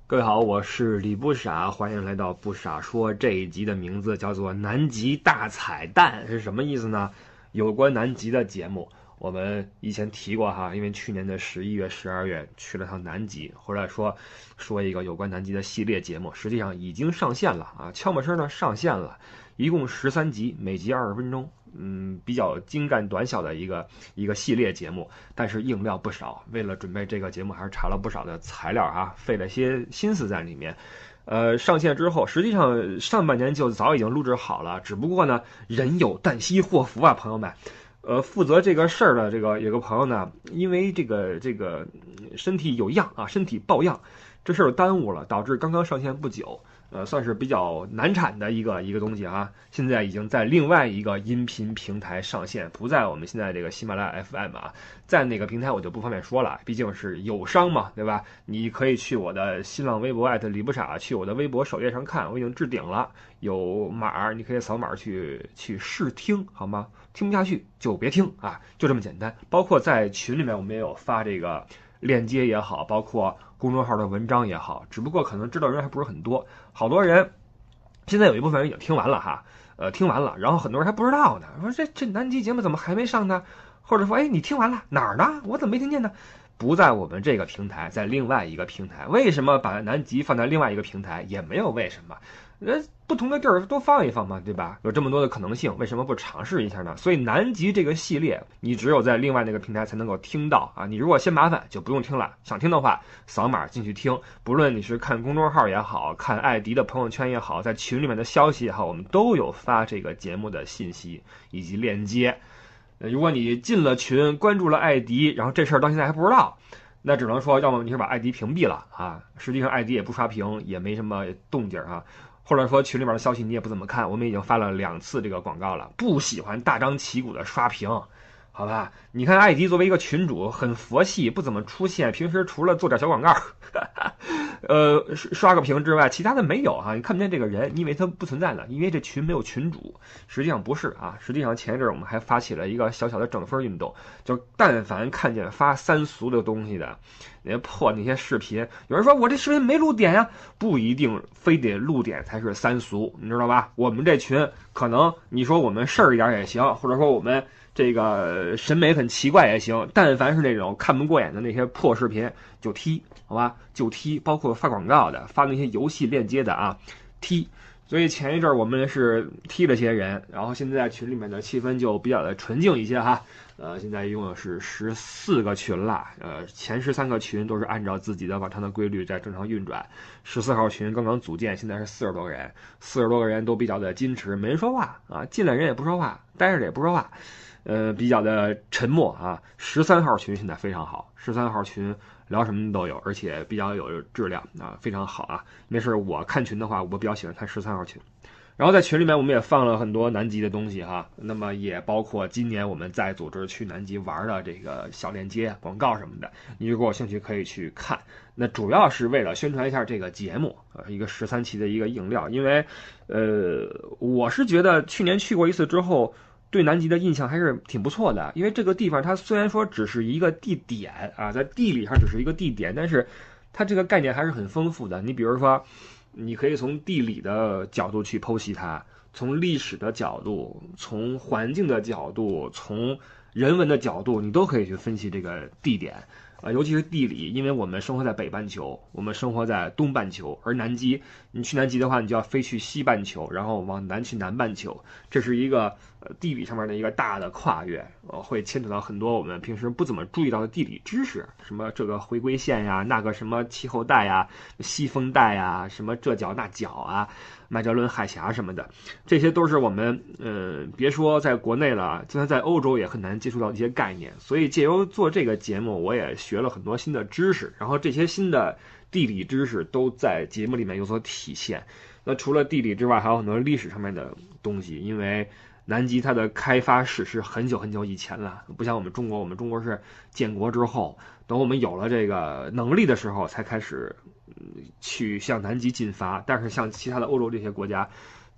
各位好，我是李不傻，欢迎来到不傻说。这一集的名字叫做南极大彩蛋，是什么意思呢？有关南极的节目，我们以前提过哈，因为去年的11月、12月去了趟南极，或者说一个有关南极的系列节目，实际上已经上线了啊，悄没声呢上线了，一共13集，每集20分钟。比较精干短小的一个系列节目，但是硬料不少。为了准备这个节目，还是查了不少的材料啊，费了些心思在里面。上线之后，实际上上半年就早已经录制好了，只不过呢，人有旦夕祸福啊，朋友们。负责这个事儿的有个朋友呢，因为这个身体有恙啊，身体抱恙，这事儿耽误了，导致刚刚上线不久。算是比较难产的一个东西啊，现在已经在另外一个音频平台上线，不在我们现在这个喜马拉雅 FM 啊，在哪个平台我就不方便说了，毕竟是友商嘛，对吧？你可以去我的新浪微博李不傻，去我的微博首页上看，我已经置顶了，有码，你可以扫码去试听，好吗？听不下去就别听啊，就这么简单。包括在群里面，我们也有发这个链接也好，包括公众号的文章也好，只不过可能知道人还不是很多，好多人现在有一部分人已经听完了哈，听完了，然后很多人还不知道呢，说这南极节目怎么还没上呢？或者说，哎，你听完了哪儿呢？我怎么没听见呢？不在我们这个平台，在另外一个平台。为什么把南极放在另外一个平台？也没有为什么。不同的地儿多放一放嘛，对吧？有这么多的可能性，为什么不尝试一下呢？所以南极这个系列，你只有在另外那个平台才能够听到啊！你如果嫌麻烦，就不用听了。想听的话，扫码进去听。不论你是看公众号也好，看艾迪的朋友圈也好，在群里面的消息也好，我们都有发这个节目的信息以及链接。如果你进了群，关注了艾迪，然后这事儿到现在还不知道，那只能说，要么你是把艾迪屏蔽了啊，实际上艾迪也不刷屏，也没什么动静啊。或者说群里边的消息你也不怎么看，我们已经发了2次这个广告了，不喜欢大张旗鼓的刷屏，好吧？你看艾迪作为一个群主很佛系，不怎么出现，平时除了做点小广告刷个屏之外，其他的没有啊，你看不见这个人，你以为他不存在呢？因为这群没有群主，实际上不是啊，实际上前一阵我们还发起了一个小小的整分运动，就但凡看见发三俗的东西的那些破那些视频，有人说我这视频没露点呀，不一定非得露点才是三俗，你知道吧？我们这群可能你说我们事儿一点也行，或者说我们这个审美很奇怪也行，但凡是那种看不过眼的那些破视频就踢，好吧？就踢，包括发广告的、发那些游戏链接的啊，踢。所以前一阵我们是踢了些人，然后现在群里面的气氛就比较的纯净一些哈。现在一共是14个群了，前13个群都是按照自己的往常的规律在正常运转。14号群刚刚组建，现在是40多个人，40多个人都比较的矜持，没人说话啊，进来人也不说话，待着也不说话。比较的沉默啊。13号群现在非常好，13号群聊什么都有，而且比较有质量啊，非常好啊。没事，我看群的话，我比较喜欢看13号群。然后在群里面我们也放了很多南极的东西哈，那么也包括今年我们在组织去南极玩的这个小链接、广告什么的，你如果有兴趣可以去看。那主要是为了宣传一下这个节目，一个13期的一个硬料，因为我是觉得去年去过一次之后，对南极的印象还是挺不错的，因为这个地方它虽然说只是一个地点啊，在地理上只是一个地点，但是它这个概念还是很丰富的。你比如说，你可以从地理的角度去剖析它，从历史的角度，从环境的角度，从人文的角度，你都可以去分析这个地点。尤其是地理，因为我们生活在北半球，我们生活在东半球，而南极，你去南极的话，你就要飞去西半球，然后往南去南半球，这是一个地理上面的一个大的跨越，会牵扯到很多我们平时不怎么注意到的地理知识，什么这个回归线呀，那个什么气候带呀，西风带呀，什么这角那角啊，麦哲伦海峡什么的，这些都是我们别说在国内了，就算在欧洲也很难接触到一些概念。所以借由做这个节目，我也学了很多新的知识，然后这些新的地理知识都在节目里面有所体现。那除了地理之外，还有很多历史上面的东西，因为南极它的开发史是很久很久以前了，不像我们中国，我们中国是建国之后，等我们有了这个能力的时候才开始去向南极进发。但是像其他的欧洲这些国家，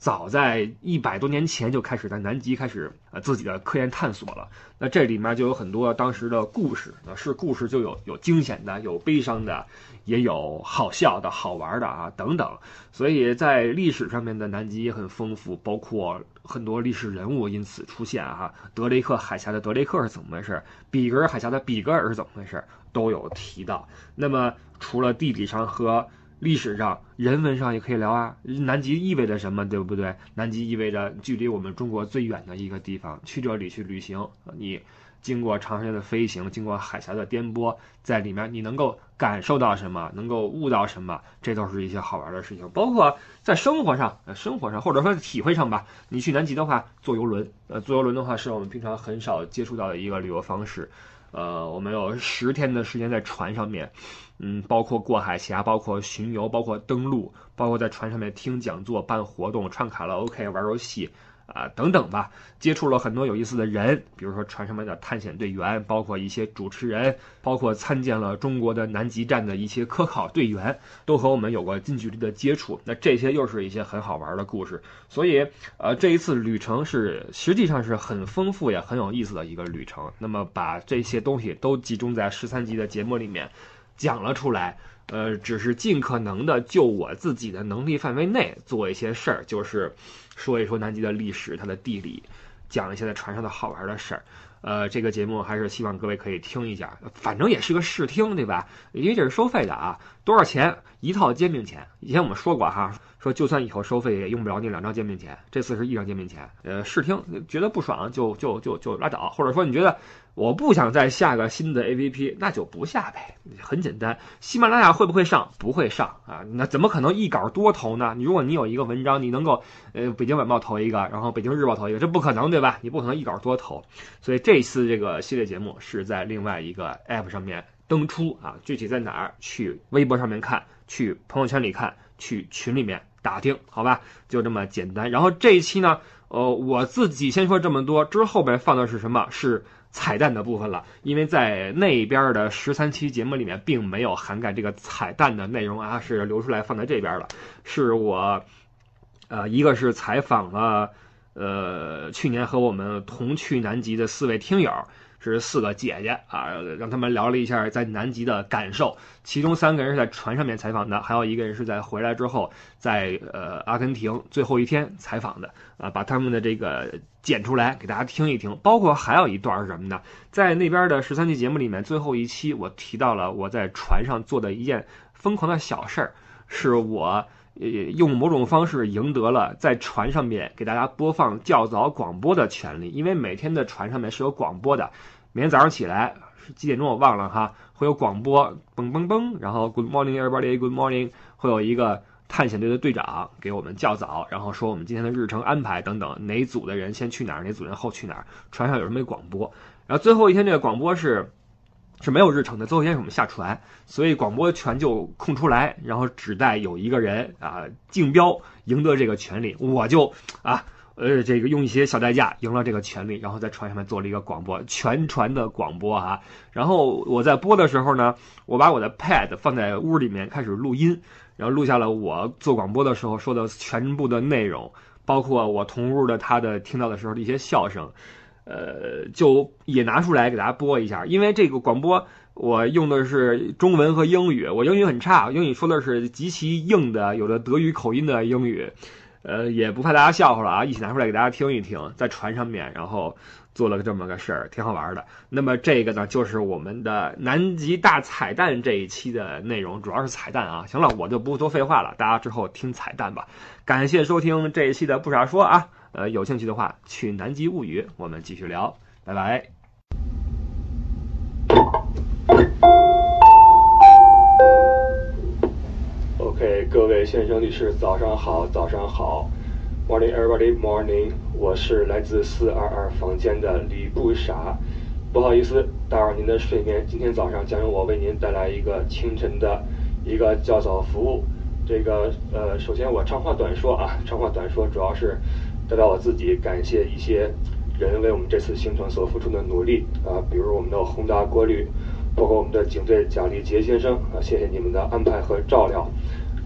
早在100多年前就开始在南极开始自己的科研探索了。那这里面就有很多当时的故事，是故事就有惊险的，有悲伤的，也有好笑的好玩的啊等等。所以在历史上面的南极也很丰富，包括很多历史人物因此出现啊，德雷克海峡的德雷克是怎么回事，比格尔海峡的比格尔是怎么回事，都有提到。那么除了地理上和历史上，人文上也可以聊啊。南极意味着什么，对不对？南极意味着距离我们中国最远的一个地方，去这里去旅行，你经过长时间的飞行，经过海峡的颠簸，在里面你能够感受到什么，能够悟到什么，这都是一些好玩的事情。包括在生活上或者说体会上吧，你去南极的话，坐游轮，坐游轮的话是我们平常很少接触到的一个旅游方式。我们有10天的时间在船上面，包括过海峡，包括巡游，包括登陆，包括在船上面听讲座、办活动、唱卡拉 OK、玩游戏等等吧。接触了很多有意思的人，比如说船上面的探险队员，包括一些主持人，包括参见了中国的南极站的一些科考队员，都和我们有过近距离的接触。那这些又是一些很好玩的故事。所以这一次旅程实际上是很丰富也很有意思的一个旅程。那么把这些东西都集中在13集的节目里面讲了出来，只是尽可能的就我自己的能力范围内做一些事儿，就是说一说南极的历史，它的地理，讲一些在船上的好玩的事儿。这个节目还是希望各位可以听一下，反正也是个试听，对吧？因为这是收费的啊，多少钱？一套煎饼钱。以前我们说过哈，说就算以后收费也用不了那2张煎饼钱，这次是1张煎饼钱。试听觉得不爽就拉倒，或者说你觉得我不想再下个新的 APP， 那就不下呗，很简单。喜马拉雅会不会上？不会上啊，那怎么可能一稿多投呢？如果你有一个文章，你能够北京晚报投一个，然后北京日报投一个，这不可能对吧？你不可能一稿多投。所以这次这个系列节目是在另外一个 APP 上面登出啊，具体在哪儿？去微博上面看，去朋友圈里看，去群里面打听，好吧？就这么简单。然后这一期呢，我自己先说这么多，之后边放的是什么？是彩蛋的部分了，因为在那边的13期节目里面并没有涵盖这个彩蛋的内容啊，是留出来放在这边了。是我一个是采访了去年和我们同去南极的4位听友，是4个姐姐啊，让他们聊了一下在南极的感受。其中3个人是在船上面采访的，还有1个人是在回来之后在阿根廷最后一天采访的啊，把他们的这个剪出来给大家听一听。包括还有一段是什么呢？在那边的13期节目里面，最后一期我提到了我在船上做的一件疯狂的小事儿，是我用某种方式赢得了在船上面给大家播放较早广播的权利。因为每天的船上面是有广播的，每天早上起来是几点钟我忘了哈，会有广播嘣嘣嘣，然后 Good morning everybody Good morning， 会有一个探险队的队长给我们较早，然后说我们今天的日程安排等等，哪组的人先去哪儿，哪组人后去哪儿，船上有什么广播。然后最后一天这个广播是没有日程的，最后一天是我们下船，所以广播权就空出来，然后只待有一个人竞标赢得这个权利，我就这个用一些小代价赢了这个权利，然后在船上面做了一个广播，全船的广播啊。然后我在播的时候呢，我把我的 pad 放在屋里面开始录音，然后录下了我做广播的时候说的全部的内容，包括我同屋的他的听到的时候的一些笑声。就也拿出来给大家播一下，因为这个广播我用的是中文和英语，我英语很差，英语说的是极其硬的，有着德语口音的英语，也不怕大家笑话了啊，一起拿出来给大家听一听，在船上面，然后做了这么个事儿，挺好玩的。那么这个呢，就是我们的南极大彩蛋这一期的内容，主要是彩蛋啊。行了，我就不多废话了，大家之后听彩蛋吧。感谢收听这一期的不傻说啊。有兴趣的话，去南极物语，我们继续聊，拜拜。OK， 各位先生女士，早上好，早上好。Morning everybody, morning。我是来自422房间的李不傻，不好意思打扰您的睡眠。今天早上将由我为您带来一个清晨的一个较早服务。这个首先我长话短说啊，长话短说，主要是代表我自己感谢一些人为我们这次行程所付出的努力啊，比如我们的宏达国旅，包括我们的警队贾立杰先生啊，谢谢你们的安排和照料。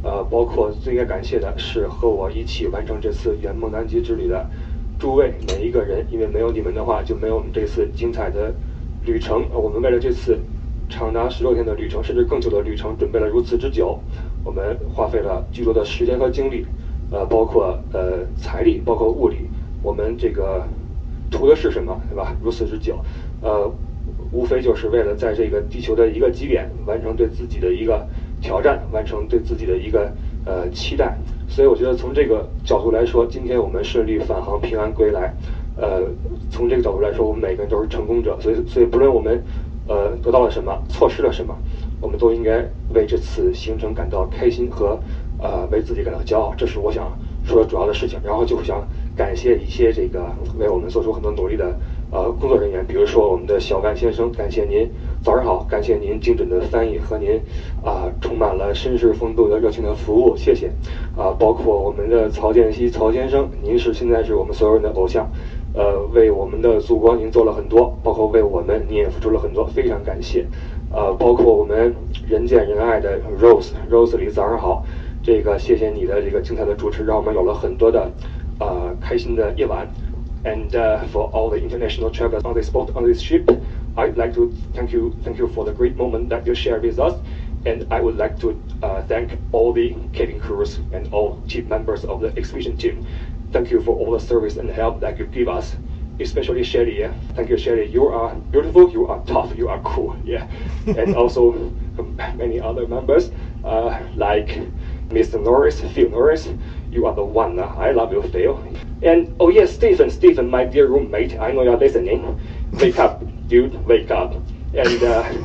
包括最应该感谢的是和我一起完成这次圆梦南极之旅的诸位每一个人，因为没有你们的话，就没有我们这次精彩的旅程。我们为了这次长达16天的旅程，甚至更久的旅程，准备了如此之久，我们花费了巨多的时间和精力，包括财力，包括物力。我们这个图的是什么，对吧？如此之久，无非就是为了在这个地球的一个极点完成对自己的一个挑战，完成对自己的一个期待。所以我觉得从这个角度来说，今天我们顺利返航，平安归来，从这个角度来说，我们每个人都是成功者。所以不论我们得到了什么，错失了什么，我们都应该为这次行程感到开心和为自己感到骄傲。这是我想说的主要的事情。然后就想感谢一些这个为我们做出很多努力的工作人员，比如说我们的小万先生，感谢您，早上好，感谢您精准的翻译和您充满了绅士风度的热情的服务，谢谢。包括我们的曹建熙曹先生，您现在是我们所有人的偶像，为我们的祖国您做了很多，包括为我们您也付出了很多，非常感谢。包括我们人见人爱的 Rose 里，早上好，这个谢谢你的这个精彩的主持，让我们有了很多的开心的夜晚。And for all the international travelers on this boat, on this ship, I'd like to thank you for the great moment that you shared with us. And I would like to thank all the cabin crews and all team members of the expedition team. Thank you for all the service and help that you give us, especially Shelly. Yeah? Thank you, Shelly. You are beautiful, you are tough, you are cool. Yeah, and also many other members like Mr. Norris, Phil Norris. You are the one. I love you, Phil. And oh yes, Stephen, my dear roommate. I know you're listening. Wake up, dude, wake up. And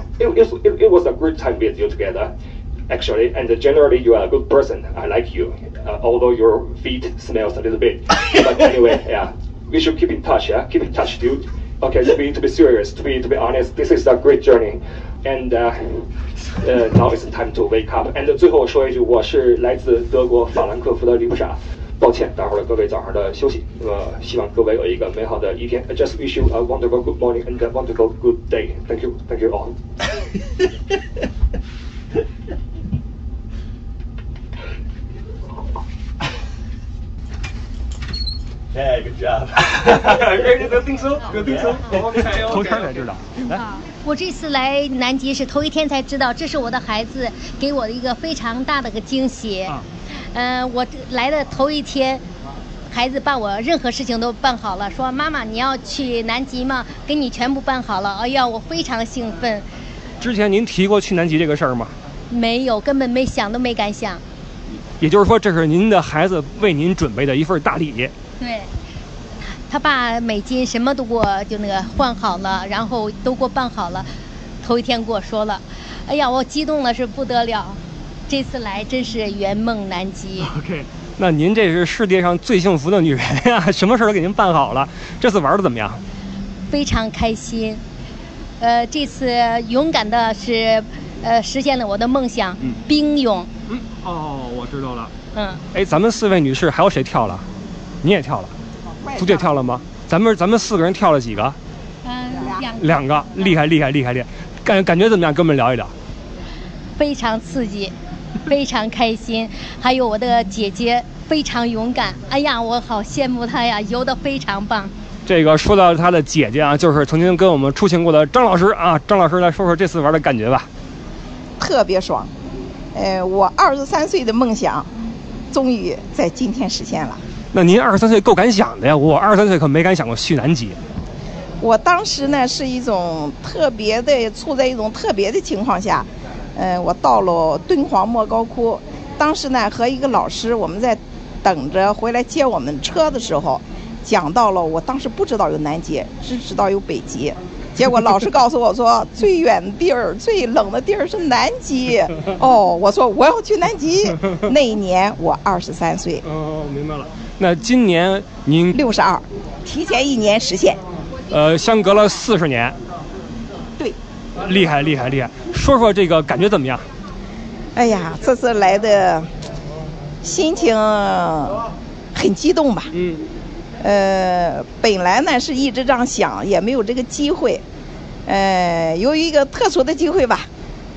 it was a great time with you together, actually. And generally, you are a good person. I like you, although your feet smells a little bit. But anyway, yeah, we should keep in touch. Yeah, keep in touch, dude. Okay, to be serious, to be honest, this is a great journey. And now it's time to wake up. And 最后说一句，我是来自德国法兰克福的李布傻。抱歉，打扰了各位早上的休息。希望各位有一个美好的一天。I just wish you a wonderful good morning and a wonderful good day. Thank you all. Yeah, good job. Good think so. Good think so. Okay. 头天才知道。来， 我这次来南极是头一天才知道，这是我的孩子给我的一个非常大的个惊喜。我来的头一天，孩子把我任何事情都办好了，说妈妈你要去南极吗？给你全部办好了。哎呀，我非常兴奋。 之前您提过去南极这个事儿吗？ 没有，根本没想都没敢想。 也就是说，这是您的孩子为您准备的一份大礼。 对，他把美金什么都给我就那个换好了，然后都给我办好了。头一天跟我说了，哎呀，我激动的是不得了。这次来真是圆梦南极。 OK， 那您这是世界上最幸福的女人呀，什么事都给您办好了。这次玩的怎么样？ 非常开心。这次勇敢的是，实现了我的梦想，冰泳。 我知道了。哎，咱们4位女士还有谁跳了？你也跳了？朱姐跳了吗？咱们4个人跳了几个？2个，厉害。感觉怎么样？跟我们聊一聊。 非常刺激。非常开心，还有我的姐姐非常勇敢，哎呀，我好羡慕她呀，游得非常棒。 这个说到她的姐姐啊，就是曾经跟我们出行过的张老师啊，张老师来说说这次玩的感觉吧。 特别爽，我23岁的梦想，终于在今天实现了。 那您23岁够敢想的呀，我23岁可没敢想过去南极。 我当时呢是一种特别的，处在一种特别的情况下。我到了敦煌莫高窟，当时呢和一个老师，我们在等着回来接我们车的时候，讲到了我当时不知道有南极，只知道有北极，结果老师告诉我说最远的地儿、最冷的地儿是南极。我说我要去南极。那一年我23岁。 明白了。那今年您 62，提前1年实现。 相隔了40年。 对。 厉害！说说这个感觉怎么样？ 哎呀，这次来的心情很激动吧。本来呢是一直这样想，也没有这个机会。由于一个特殊的机会吧，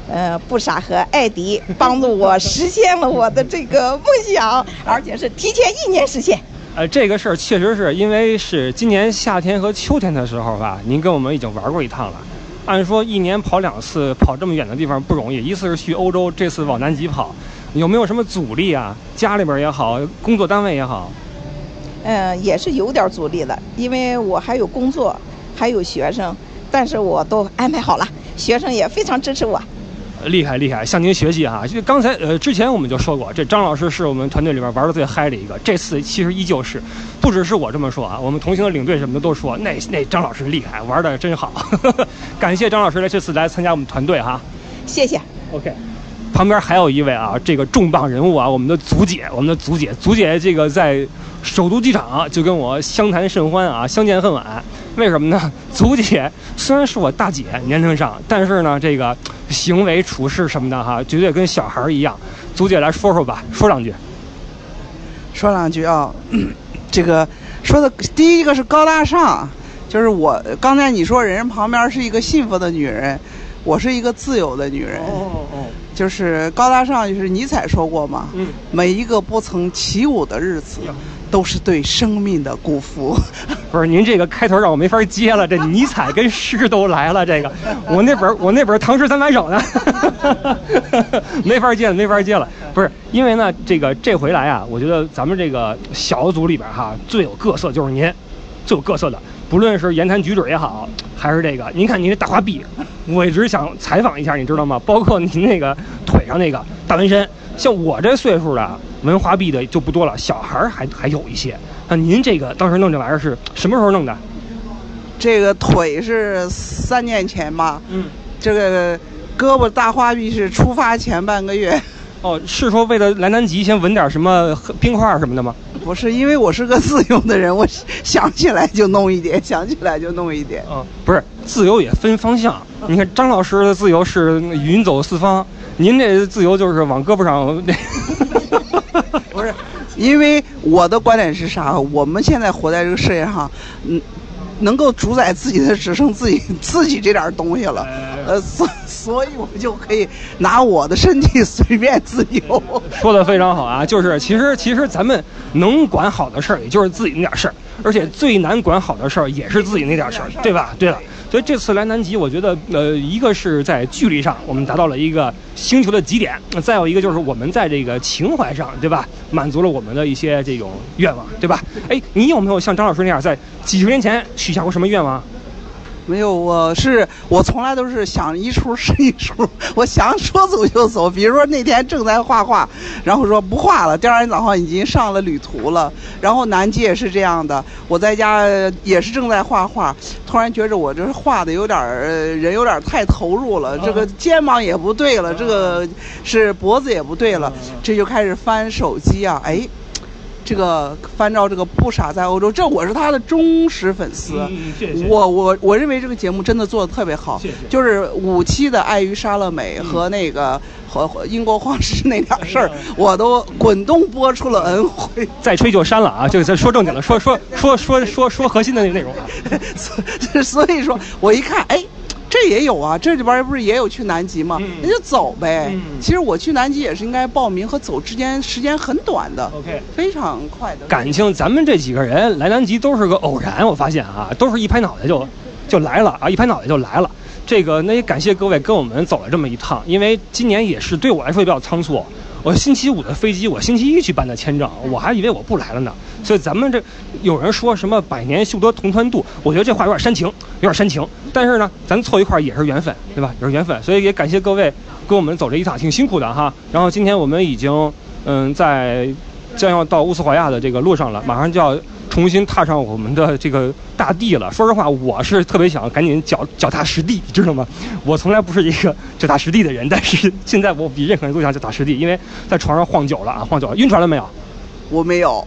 布莎和艾迪帮助我实现了我的这个梦想，而且是提前1年实现。 这个事儿确实是因为是今年夏天和秋天的时候吧，您跟我们已经玩过一趟了。按说1年跑2次，跑这么远的地方不容易。一次是去欧洲，这次往南极跑，有没有什么阻力啊？家里边也好，工作单位也好。 也是有点阻力的，因为我还有工作，还有学生，但是我都安排好了，学生也非常支持我。 厉害厉害，向您学习哈！就刚才之前我们就说过，这张老师是我们团队里边玩的最嗨的一个。这次其实依旧是，不只是我这么说啊，我们同行的领队什么的都说那张老师厉害，玩的真好。感谢张老师这次来参加我们团队哈， 谢谢。 OK。旁边还有一位啊，这个重磅人物啊，我们的祖姐，这个在首都机场就跟我相谈甚欢啊，相见恨晚。为什么呢？祖姐虽然是我大姐年龄上，但是呢，这个行为处事什么的哈，绝对跟小孩一样。祖姐来说说吧，说两句啊。这个说的第一个是高大上，就是我刚才你说人旁边是一个幸福的女人，我是一个自由的女人。就是高大上，就是尼采说过嘛，每一个不曾起舞的日子，都是对生命的辜负。 不是，您这个开头让我没法接了，这尼采跟诗都来了，这个我那本《唐诗三百首》呢，没法接了。不是，因为呢，这回来啊，我觉得咱们这个小组里边哈，最有各色就是您，最有各色的。不论是言谈举止也好，还是这个，您看您这大花臂，我一直想采访一下，你知道吗？包括您那个腿上那个大纹身，像我这岁数的纹花臂的就不多了，小孩还有一些。那您这个当时弄这玩意儿是什么时候弄的？ 这个腿是3年前吧，这个胳膊大花臂是出发前半个月。 哦，是说为了来南极先纹点什么冰块什么的吗？ 不是，因为我是个自由的人，我想起来就弄一点。 不是，自由也分方向。你看张老师的自由是云走四方，您这自由就是往胳膊上。 不是，因为我的观点是啥？我们现在活在这个世界上，能够主宰自己的只剩自己这点东西了。所以我们就可以拿我的身体随便自由。 说得非常好啊，就是其实咱们能管好的事儿，也就是自己那点事儿，而且最难管好的事儿也是自己那点事儿，对吧？对了，所以这次来南极，我觉得一个是在距离上我们达到了一个星球的极点，再有一个就是我们在这个情怀上，对吧？满足了我们的一些这种愿望，对吧？哎，你有没有像张老师那样在几十年前许下过什么愿望？ 没有，我从来都是想一出是一出，我想说走就走。比如说那天正在画画，然后说不画了，第二天早上已经上了旅途了。然后南极也是这样的，我在家也是正在画画，突然觉着我这画的人有点太投入了，这个肩膀也不对了，这个是脖子也不对了，这就开始翻手机啊，哎。这个翻照这个不傻在欧洲，这我是他的忠实粉丝。 谢谢。 我认为这个节目真的做得特别好。 谢谢。 就是5期的爱与莎乐美和那个和英国皇室那点事儿，我都滚动播出了恩惠。 再吹就删了啊！就说正经的，说核心的那个内容。 所以说我一看，哎。这也有啊，这里边不是也有去南极吗？那就走呗。其实我去南极也是应该报名和走之间时间很短的 ，OK， 非常快的。 感情咱们这几个人来南极都是个偶然，我发现啊，都是一拍脑袋就来了啊，一拍脑袋就来了。那也感谢各位跟我们走了这么一趟，因为今年也是对我来说也比较仓促。我星期5的飞机，我星期1去办的签证，我还以为我不来了呢。所以咱们这有人说什么百年修得同船渡，我觉得这话有点煽情。但是呢，咱凑一块也是缘分，对吧？也是缘分。所以也感谢各位跟我们走这一趟，挺辛苦的哈。然后今天我们已经在将要到乌斯怀亚的这个路上了，马上就要重新踏上我们的这个大地了。说实话，我是特别想赶紧脚踏实地，知道吗？我从来不是一个脚踏实地的人，但是现在我比任何人都想脚踏实地，因为在床上晃久了。晕船了没有？ 我没有，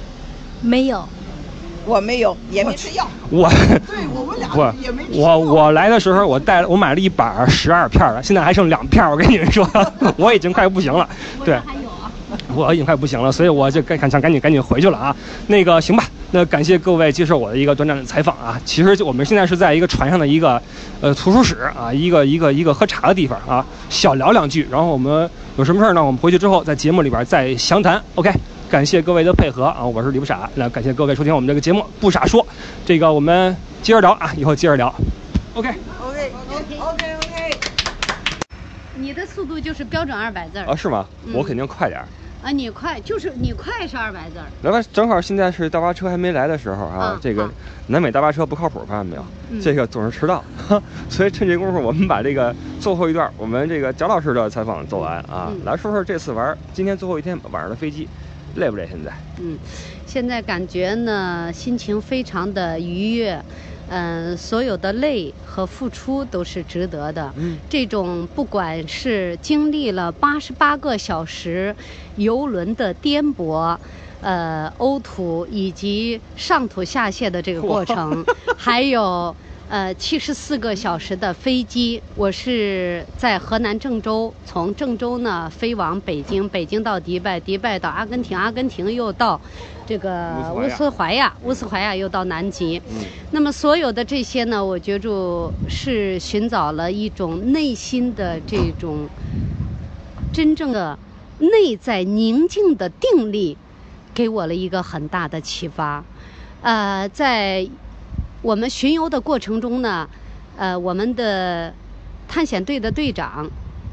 我没有，也没吃药。 对我们俩也没吃药。我来的时候我买了一板12片了，现在还剩2片。我跟你们说，我已经快不行了。对，我已经快不行了，所以我就想赶紧回去了啊。那个行吧， 那感谢各位接受我的一个短暂的采访啊。其实我们现在是在一个船上的一个图书室啊，一个喝茶的地方啊，小聊两句，然后我们有什么事儿呢？我们回去之后在节目里边再详谈。OK， 感谢各位的配合啊，我是李不傻，那感谢各位收听我们这个节目不傻说，这个我们接着聊啊，以后接着聊。OK。 你的速度就是标准200字啊？是吗？我肯定快点。 啊，你快就是你快是200字。 来吧，正好现在是大巴车还没来的时候啊。这个南美大巴车不靠谱，发现没有？这个总是迟到，所以趁这功夫，我们把这个最后一段我们这个贾老师的采访做完啊，来说说这次玩今天最后一天晚上的飞机，累不累？现在？ 现在感觉呢，心情非常的愉悦。所有的累和付出都是值得的。这种不管是经历了88个小时游轮的颠簸、呕吐以及上吐下泻的这个过程，还有74个小时的飞机，我是在河南郑州，从郑州呢飞往北京，北京到迪拜，迪拜到阿根廷，阿根廷又到这个乌斯怀亚又到南极。那么所有的这些呢，我觉着是寻找了一种内心的这种真正的内在宁静的定力，给我了一个很大的启发。在我们巡游的过程中呢，我们的探险队的队长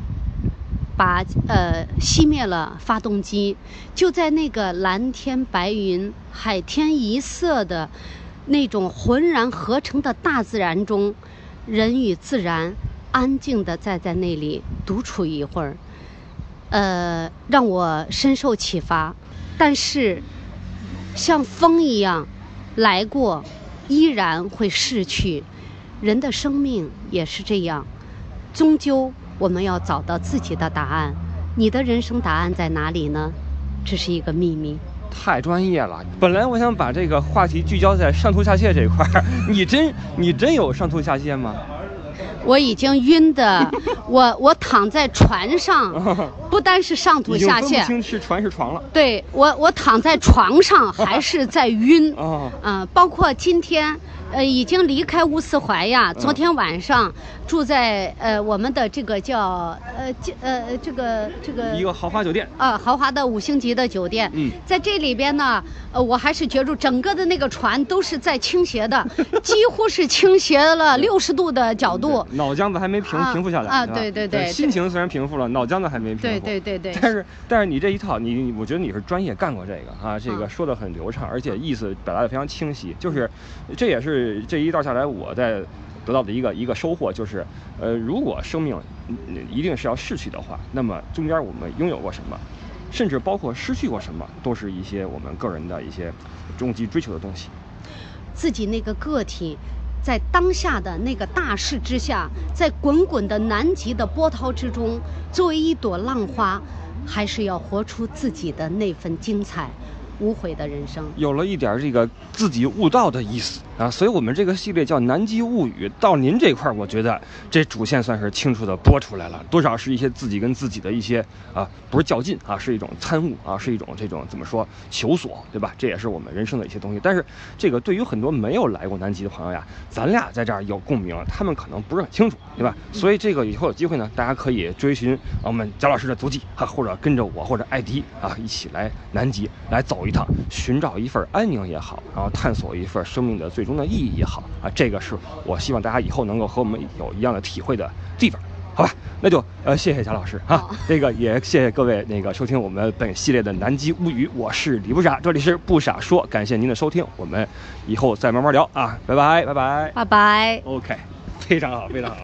熄灭了发动机，就在那个蓝天白云、海天一色的那种浑然合成的大自然中，人与自然安静地在那里独处一会儿，让我深受启发。但是像风一样来过，依然会逝去，人的生命也是这样，终究我们要找到自己的答案。你的人生答案在哪里呢？这是一个秘密。 太专业了。本来我想把这个话题聚焦在上吐下泻这一块儿，你真有上吐下泻吗？ 我已经晕的，我躺在船上，不单是上吐下泻， 已经分不清是船是床了。 对，我躺在床上还是在晕。包括今天，已经离开乌斯怀亚，昨天晚上住在我们的这个叫这个一个豪华酒店豪华的5星级的酒店。在这里边呢，我还是觉着整个的那个船都是在倾斜的，几乎是倾斜了60度的角度。 脑浆子还没平复下来啊！ 对， 心情虽然平复了，脑浆子还没平复。 对。 但是你这一套，我觉得你是专业干过这个啊，这个说得很流畅，而且意思表达得非常清晰。就是这也是这一道下来我在得到的一个收获，就是如果生命一定是要逝去的话，那么中间我们拥有过什么，甚至包括失去过什么，都是一些我们个人的一些终极追求的东西。 自己那个个体在当下的那个大势之下，在滚滚的南极的波涛之中，作为一朵浪花，还是要活出自己的那份精彩无悔的人生。 有了一点这个自己悟道的意思啊，所以我们这个系列叫《南极物语》。到您这块，我觉得这主线算是清楚的播出来了，多少是一些自己跟自己的一些不是较劲啊，是一种参悟啊，是一种这种怎么说求索，对吧？这也是我们人生的一些东西。但是这个对于很多没有来过南极的朋友呀，咱俩在这儿有共鸣，他们可能不是很清楚，对吧？所以这个以后有机会呢，大家可以追寻我们贾老师的足迹或者跟着我或者艾迪一起来南极来走一趟，寻找一份安宁也好，然后探索一份生命的最终的意义也好这个是我希望大家以后能够和我们有一样的体会的地方，好吧？那就谢谢贾老师这个也谢谢各位收听我们本系列的南极物语，我是李不傻，这里是不傻说，感谢您的收听，我们以后再慢慢聊拜拜。 OK， 非常好，非常好。